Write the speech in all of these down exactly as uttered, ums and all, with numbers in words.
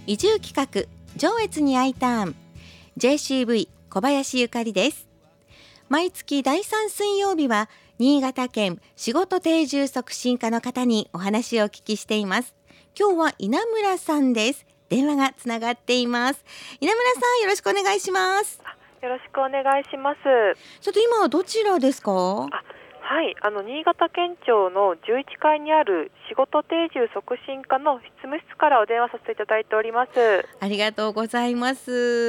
移住企画上越に I ターン ジェーシーブイ 小林ゆかりです。毎月だいさん水曜日は新潟県仕事定住促進課の方にお話をお聞きしています。今日は稲村さんです。電話がつながっています。稲村さん、よろしくお願いします。 よろしくお願いします。 ちょっと今はどちらですか？ あはい、あの新潟県庁のじゅういちかいにある仕事定住促進課の執務室からお電話させていただいております。 ありがとうございます。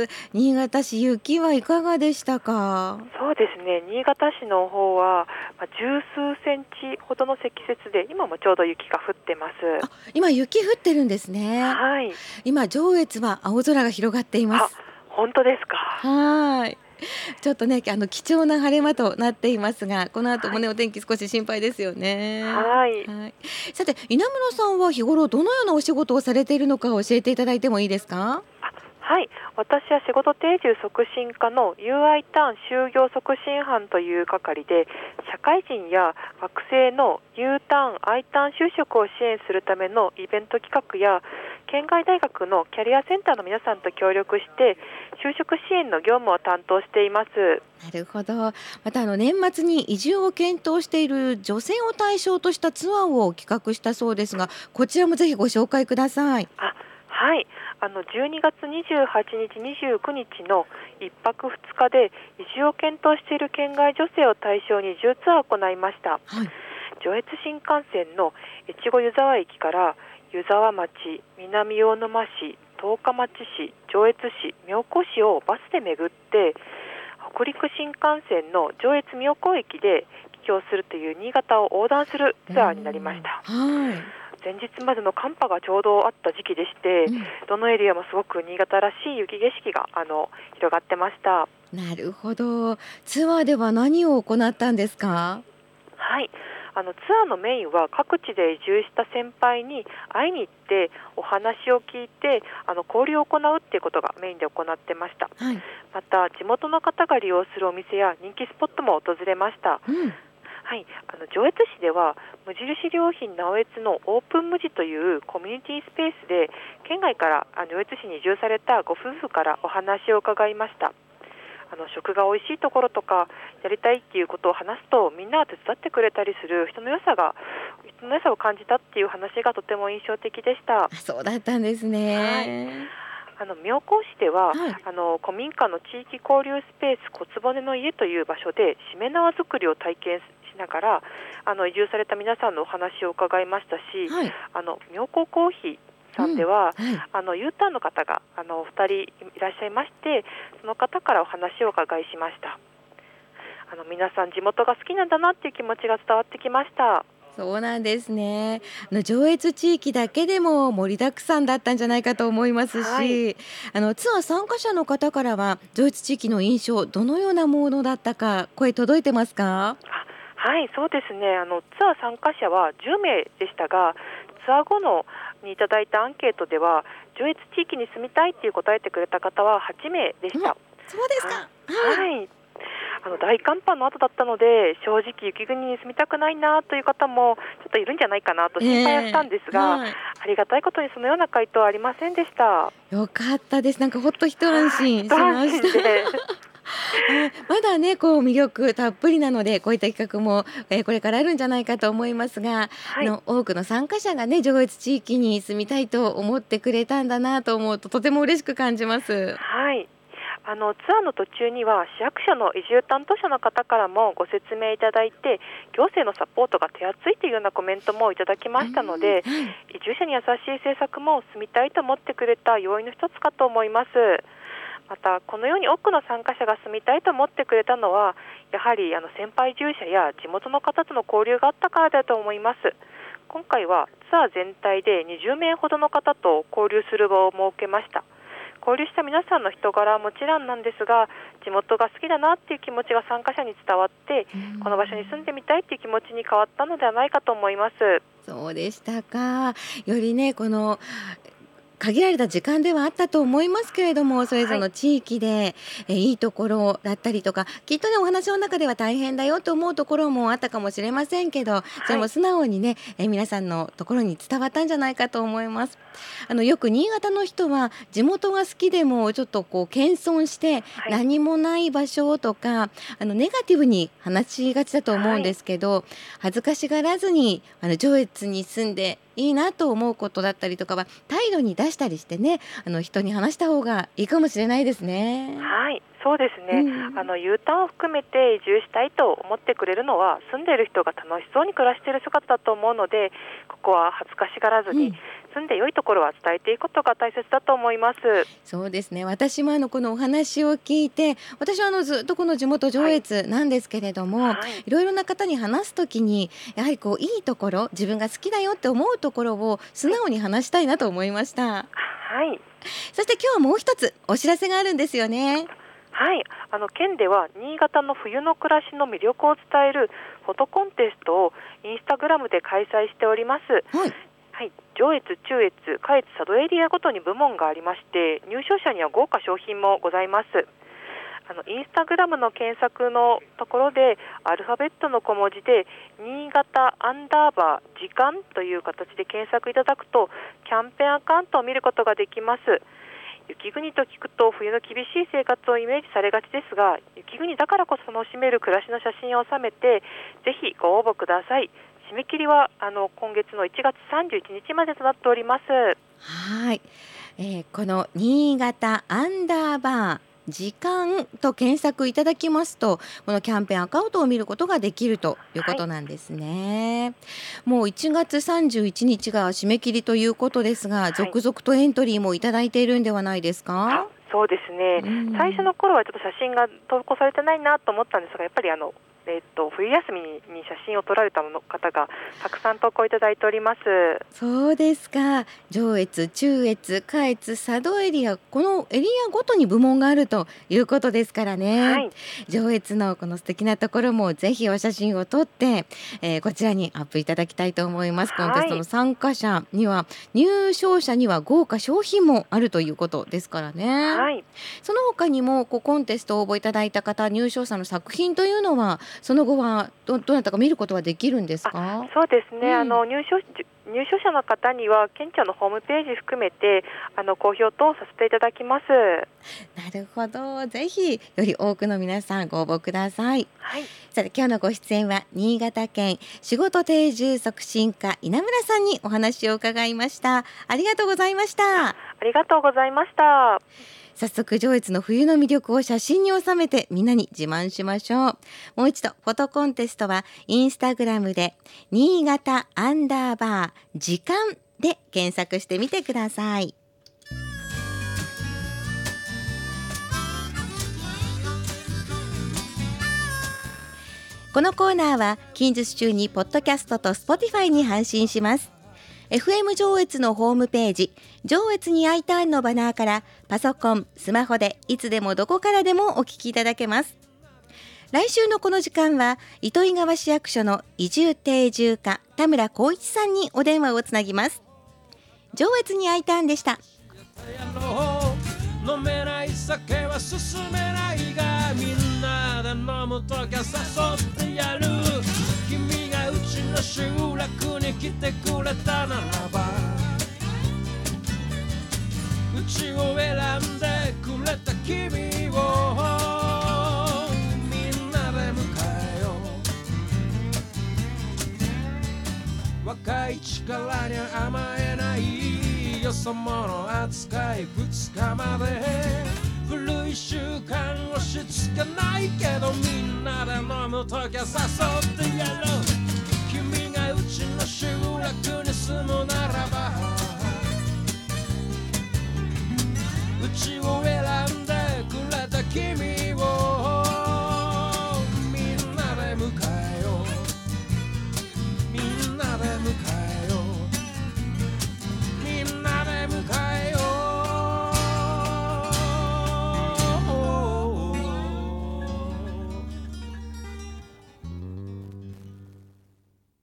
新潟市、雪はいかがでしたか？ そうですね、新潟市の方はまあ十数センチほどの積雪で、今もちょうど雪が降ってます。 あ、今雪降ってるんですね。 はい、 今上越は青空が広がっていまあ、 す。 本当ですか。 はい。ちょっとね、あの貴重な晴れ間となっていますが、この後もね、 はい、 お天気少し心配ですよね。 はい、 はい。さて、稲村さんは日頃どのようなお仕事をされているのか教えていただいてもいいですか？ あはい、私は仕事定住促進課の ユーアイ ターン就業促進班という係で、社会人や学生の U ターン、I ターン就職を支援するためのイベント企画や、県外大学のキャリアセンターの皆さんと協力して就職支援の業務を担当しています。 なるほど。またあの年末に移住を検討している女性を対象としたツアーを企画したそうですが、こちらもぜひご紹介ください。 あはい、あのじゅうにがつにじゅうはちにち、にじゅうくにちのいっぱくふつかで移住を検討している県外女性を対象に移住ツアーを行いました。 はい。 上越新幹線の越後湯沢駅から湯沢町、南魚沼市、十日町市、上越市、妙高市をバスで巡って、北陸新幹線の上越妙高駅で帰郷するという新潟を横断するツアーになりました。 はい。 前日までの寒波がちょうどあった時期でして、 うん、 どのエリアもすごく新潟らしい雪景色があの広がってました。 なるほど。ツアーでは何を行ったんですか？ はい、あのツアーのメインは各地で移住した先輩に会いに行ってお話を聞いて、あの交流を行うっていうことがメインで行ってました。 はい。 また地元の方が利用するお店や人気スポットも訪れました。 うん。 はい、あの上越市では無印良品直江津のオープン無地というコミュニティスペースで、県外からあの上越市に移住されたご夫婦からお話を伺いました。あの食が美味しいところとかやりたいっていうことを話すと、みんなが手伝ってくれたりする人の良さが人の良さを感じたっていう話がとても印象的でした。 あ、そうだったんですはい、 ね。 あの妙高市では、 はい。 あの古民家の地域交流スペース小坪根の家という場所でしめ縄作りを体験しながら、あの移住された皆さんのお話を伺いましたし、 はい。 あの妙高コーヒーさんでは、 うん、はい。 あの U ターンの方があのふたりいらっしゃいまして、その方からお話をお伺いしました。あの皆さん地元が好きなんだなっていう気持ちが伝わってきました。 そうなんですね。あの上越地域だけでも盛りだくさんだったんじゃないかと思いますはい、 し、あのツアー参加者の方からは上越地域の印象どのようなものだったか声届いてますか？ あはい、そうですね。あのツアー参加者はじゅうめいでしたが、ツアー後のにいただいたアンケートでは上越地域に住みたいっていう答えてくれた方ははちめいでしうん、 た。 そうですか。 ははい。 はい、あの大寒波の後だったので、正直雪国に住みたくないなという方もちょっといるんじゃないかなと心配はしたんですえー、 が、 はい。 ありがたいことにそのような回答はありませんでした。 よかったです。なんかほっと一安はい、 心一安しました。 心ではい、まだね、こう魅力たっぷりなので、こういった企画も、えーこれからあるんじゃないかと思いますが、 はい、 あの多くの参加者がね、上越地域に住みたいと思ってくれたんだなと思うと、とても嬉しく感じます。 はい、あのツアーの途中には市役所の移住担当者の方からもご説明いただいて、行政のサポートが手厚いというようなコメントもいただきましたので、 はい。 移住者に優しい政策も住みたいと思ってくれた要因の一つかと思います。またこのように多くの参加者が住みたいと思ってくれたのは、やはりあの先輩移住者や地元の方との交流があったからだと思います。今回はツアー全体でにじゅうめいほどの方と交流する場を設けました。交流した皆さんの人柄はもちろんなんですが、地元が好きだなっていう気持ちが参加者に伝わって、この場所に住んでみたいっていう気持ちに変わったのではないかと思います。 そうでしたか。よりね、この限られた時間ではあったと思いますけれども、それぞれの地域で、はい、えいいところだったりとか、きっとねお話の中では大変だよと思うところもあったかもしれませんけど、はい、それも素直にね、え皆さんのところに伝わったんじゃないかと思います。あのよく新潟の人は地元が好きでもちょっとこう謙遜して何もない場所とか、はい、あのネガティブに話しがちだと思うんですけど、はい、恥ずかしがらずにあの上越に住んでいいなと思うことだったりとかは態度に出したりしてね、あの人に話した方がいいかもしれないですね。 はい、そうですね、うん、あの U ターンを含めて移住したいと思ってくれるのは住んでいる人が楽しそうに暮らしている姿だと思うので、ここは恥ずかしがらずに、うん、住んで良いところは伝えていくことが大切だと思います。 そうですね、私もあのこのお話を聞いて、私はあのずっとこの地元上越なんですけれども、はいはい、いろいろな方に話すときにやはりこういいところ、自分が好きだよって思うところを素直に話したいなと思いました。はい、そして今日はもう一つお知らせがあるんですよね。 はい、あの県では新潟の冬の暮らしの魅力を伝えるフォトコンテストをインスタグラムで開催しております。はいはい、上越、中越、下越、佐渡エリアごとに部門がありまして、入賞者には豪華商品もございます。あのインスタグラムの検索のところでアルファベットの小文字で新潟アンダーバー時間という形で検索いただくとキャンペーンアカウントを見ることができます。雪国と聞くと冬の厳しい生活をイメージされがちですが、雪国だからこそ楽しめる暮らしの写真を収めてぜひご応募ください。締め切りはあの今月のいちがつさんじゅういちにちまでとなっております。 はい、えー、この新潟アンダーバー時間と検索いただきますと、このキャンペーンアカウントを見ることができるということなんですね。はい、もういちがつさんじゅういちにちが締め切りということですが、はい、続々とエントリーもいただいているんではないですか？ そうですね、うん、最初の頃はちょっと写真が投稿されてないなと思ったんですが、やっぱりあのえー、と冬休みに写真を撮られた方がたくさん投稿いただいております。 そうですか。上越、中越、下越、佐渡エリア、このエリアごとに部門があるということですからね。はい、上越のこの素敵なところもぜひお写真を撮って、えー、こちらにアップいただきたいと思います。コンテストの参加者には、入賞者には豪華商品もあるということですからね。はい、その他にもこうコンテスト応募いただいた方、入賞者の作品というのはその後は ど, どなたか見ることはできるんですか？ そうですね、うん、あの入賞入賞者の方には県庁のホームページ含めてあの公表等させていただきます。 なるほど、ぜひより多くの皆さんご応募ください。はい、さて今日のご出演は新潟県仕事定住促進課稲村さんにお話を伺いました。ありがとうございました。 ありがとうございました。 早速上越の冬の魅力を写真に収めてみんなに自慢しましょう。もう一度フォトコンテストはインスタグラムで新潟アンダーバー時間で検索してみてください。このコーナーは近日中にポッドキャストと Spotify に配信します。エフエム 上越のホームページ上越に I ターンのバナーからパソコン、スマホでいつでもどこからでもお聞きいただけます。来週のこの時間は糸魚川市役所の移住定住課田村光一さんにお電話をつなぎます。上越に I ターンでした。飲めない酒は進めないがみんなで飲むときは誘ってやる。君がうちの集落に来てくれたならばうちを選んでくれた君をみんなで迎えよう。若い力に甘えないよそ者扱いふつかまで古い習慣押し付けないけどみんなで飲むときは誘ってやろう。君がうちの集落に住むならばうちを